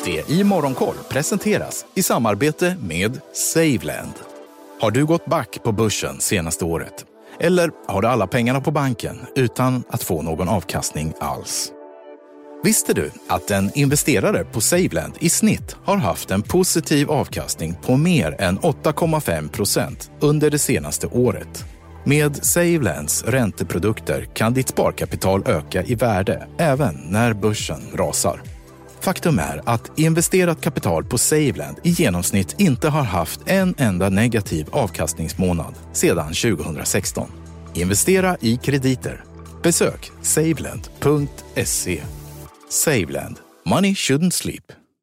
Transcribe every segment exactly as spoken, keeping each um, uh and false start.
det i Morgonkoll presenteras i samarbete med Saveland. Har du gått back på börsen senaste året? Eller har du alla pengarna på banken utan att få någon avkastning alls? Visste du att en investerare på Saveland i snitt har haft en positiv avkastning på mer än åtta komma fem procent under det senaste året? Med Savelands ränteprodukter kan ditt sparkapital öka i värde även när börsen rasar. Faktum är att investerat kapital på Saveland i genomsnitt inte har haft en enda negativ avkastningsmånad sedan tjugohundrasexton. Investera i krediter. Besök saveland punkt se. Saveland. Money shouldn't sleep.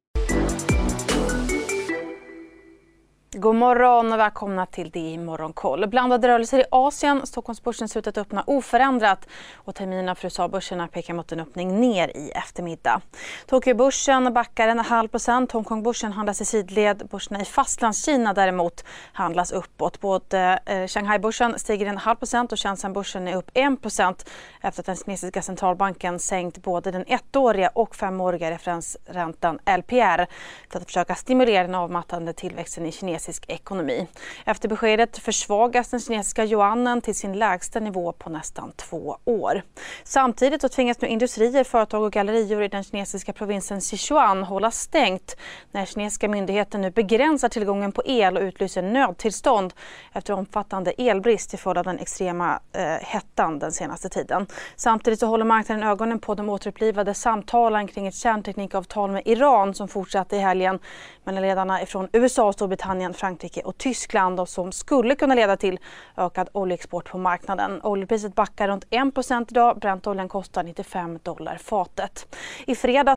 God morgon och välkomna till det i Morgonkoll. Blandade rörelser i Asien. Stockholmsbörsen ser ut att öppna oförändrat och terminerna för U S A-börserna pekar mot en öppning ner i eftermiddag. Tokyobörsen backar en halv procent. Hongkongbörsen handlas i sidled. Börserna i fastlandskina däremot handlas uppåt. Både eh, Shanghai-börsen stiger en halv procent och Shenzhen-börsen är upp en procent efter att den kinesiska centralbanken sänkt både den ettåriga och femåriga referensräntan L P R för att försöka stimulera den avmattande tillväxten i kinesisk ekonomi. Efter beskedet försvagas den kinesiska yuanen till sin lägsta nivå på nästan två år. Samtidigt så tvingas nu industrier, företag och gallerior i den kinesiska provinsen Sichuan hålla stängt när kinesiska myndigheter nu begränsar tillgången på el och utlyser nödtillstånd efter omfattande elbrist till följd av den extrema eh, hettan den senaste tiden. Samtidigt så håller marknaden ögonen på de återupplivade samtalen kring ett kärnteknikavtal med Iran som fortsatte i helgen mellan ledarna ifrån U S A, Storbritannien, Frankrike och Tyskland och som skulle kunna leda till ökad oljeexport på marknaden. Oljepriset backar runt en procent idag. Brentoljan kostar nittiofem dollar fatet. I fredag...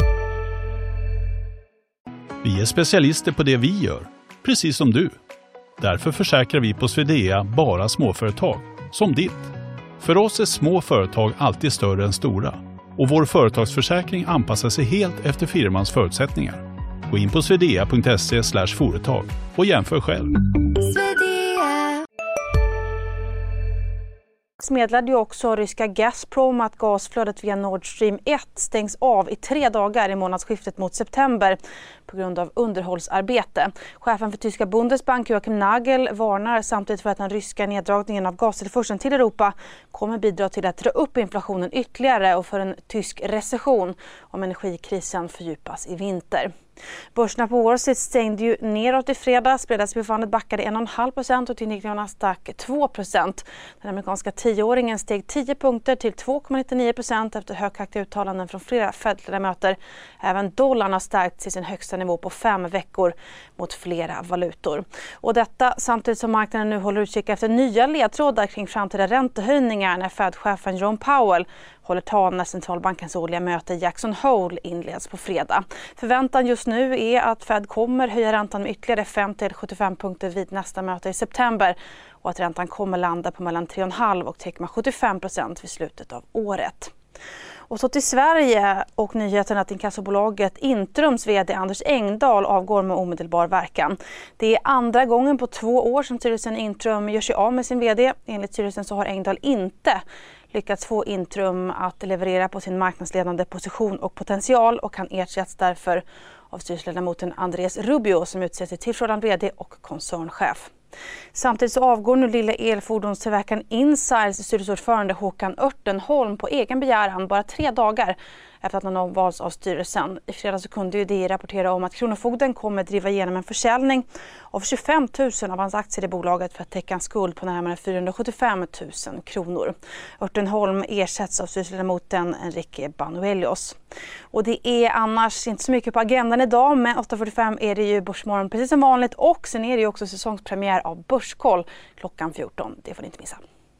Vi är specialister på det vi gör, precis som du. Därför försäkrar vi på Swedea bara småföretag, som ditt. För oss är små företag alltid större än stora. Och vår företagsförsäkring anpassar sig helt efter firmans förutsättningar. Gå in på swedea punkt se slash företag och jämför själv. Meddelade ju också ryska Gazprom att gasflödet via Nord Stream ett stängs av i tre dagar i månadsskiftet mot september på grund av underhållsarbete. Chefen för tyska Bundesbank Joachim Nagel varnar samtidigt för att den ryska neddragningen av gastillförseln till Europa kommer bidra till att dra upp inflationen ytterligare och för en tysk recession om energikrisen fördjupas i vinter. Börserna på Wall Street stängde ju neråt i fredags. Fredagsbefandet backade en komma fem procent och tillgångarna stack två procent. Den amerikanska tioåringen steg tio punkter till två komma nittionio procent efter högaktiga uttalanden från flera Fed-ledamöter. Även dollarn har stärkt till sin högsta nivå på fem veckor mot flera valutor. Och detta samtidigt som marknaden nu håller utkik efter nya ledtrådar kring framtida räntehöjningar när Fed-chefen Jerome Powell håller tal när centralbankens årliga möte Jackson Hole inleds på fredag. Förväntan just nu är att Fed kommer höja räntan med ytterligare fem till sjuttiofem punkter vid nästa möte i september och att räntan kommer landa på mellan tre komma fem och tre komma sjuttiofem procent vid slutet av året. Och så till Sverige och nyheten att inkassobolaget Intrums vd Anders Engdahl avgår med omedelbar verkan. Det är andra gången på två år som styrelsen Intrum gör sig av med sin vd. Enligt styrelsen så har Engdahl inte lyckats få Intrum att leverera på sin marknadsledande position och potential och kan ersättas därför av styrelseledamoten Andres Rubio som utses till tillförordnande vd och koncernchef. Samtidigt så avgår nu lilla elfordonstillverkaren Insights styrelseordförande Håkan Örtenholm på egen begäran bara tre dagar efter att han avvalts av styrelsen. I fredags så kunde ju D I rapportera om att Kronofogden kommer driva igenom en försäljning av tjugofem tusen av hans aktier i bolaget för att täcka en skuld på närmare fyrahundrasjuttiofem tusen kronor. Örtenholm ersätts av styrelseledamoten Enrique Banuelios. Och det är annars inte så mycket på agendan idag, men åtta fyrtiofem är det ju Börsmorgon precis som vanligt och sen är det ju också säsongspremiär av Börskoll klockan fjorton. Det får ni inte missa.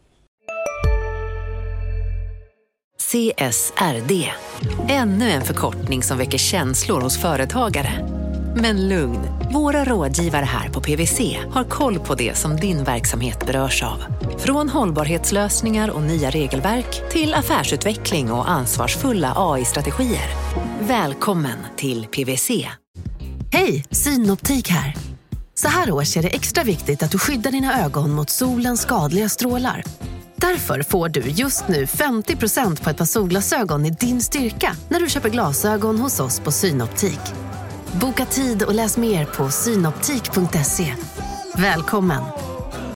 C S R D. Ännu en förkortning som väcker känslor hos företagare. Men lugn, våra rådgivare här på P W C har koll på det som din verksamhet berörs av. Från hållbarhetslösningar och nya regelverk till affärsutveckling och ansvarsfulla A I-strategier. Välkommen till P W C. Hej, Synoptik här. Så här års är det extra viktigt att du skyddar dina ögon mot solens skadliga strålar. Därför får du just nu femtio procent på ett par solglasögon i din styrka när du köper glasögon hos oss på Synoptik. Boka tid och läs mer på synoptik punkt se. Välkommen!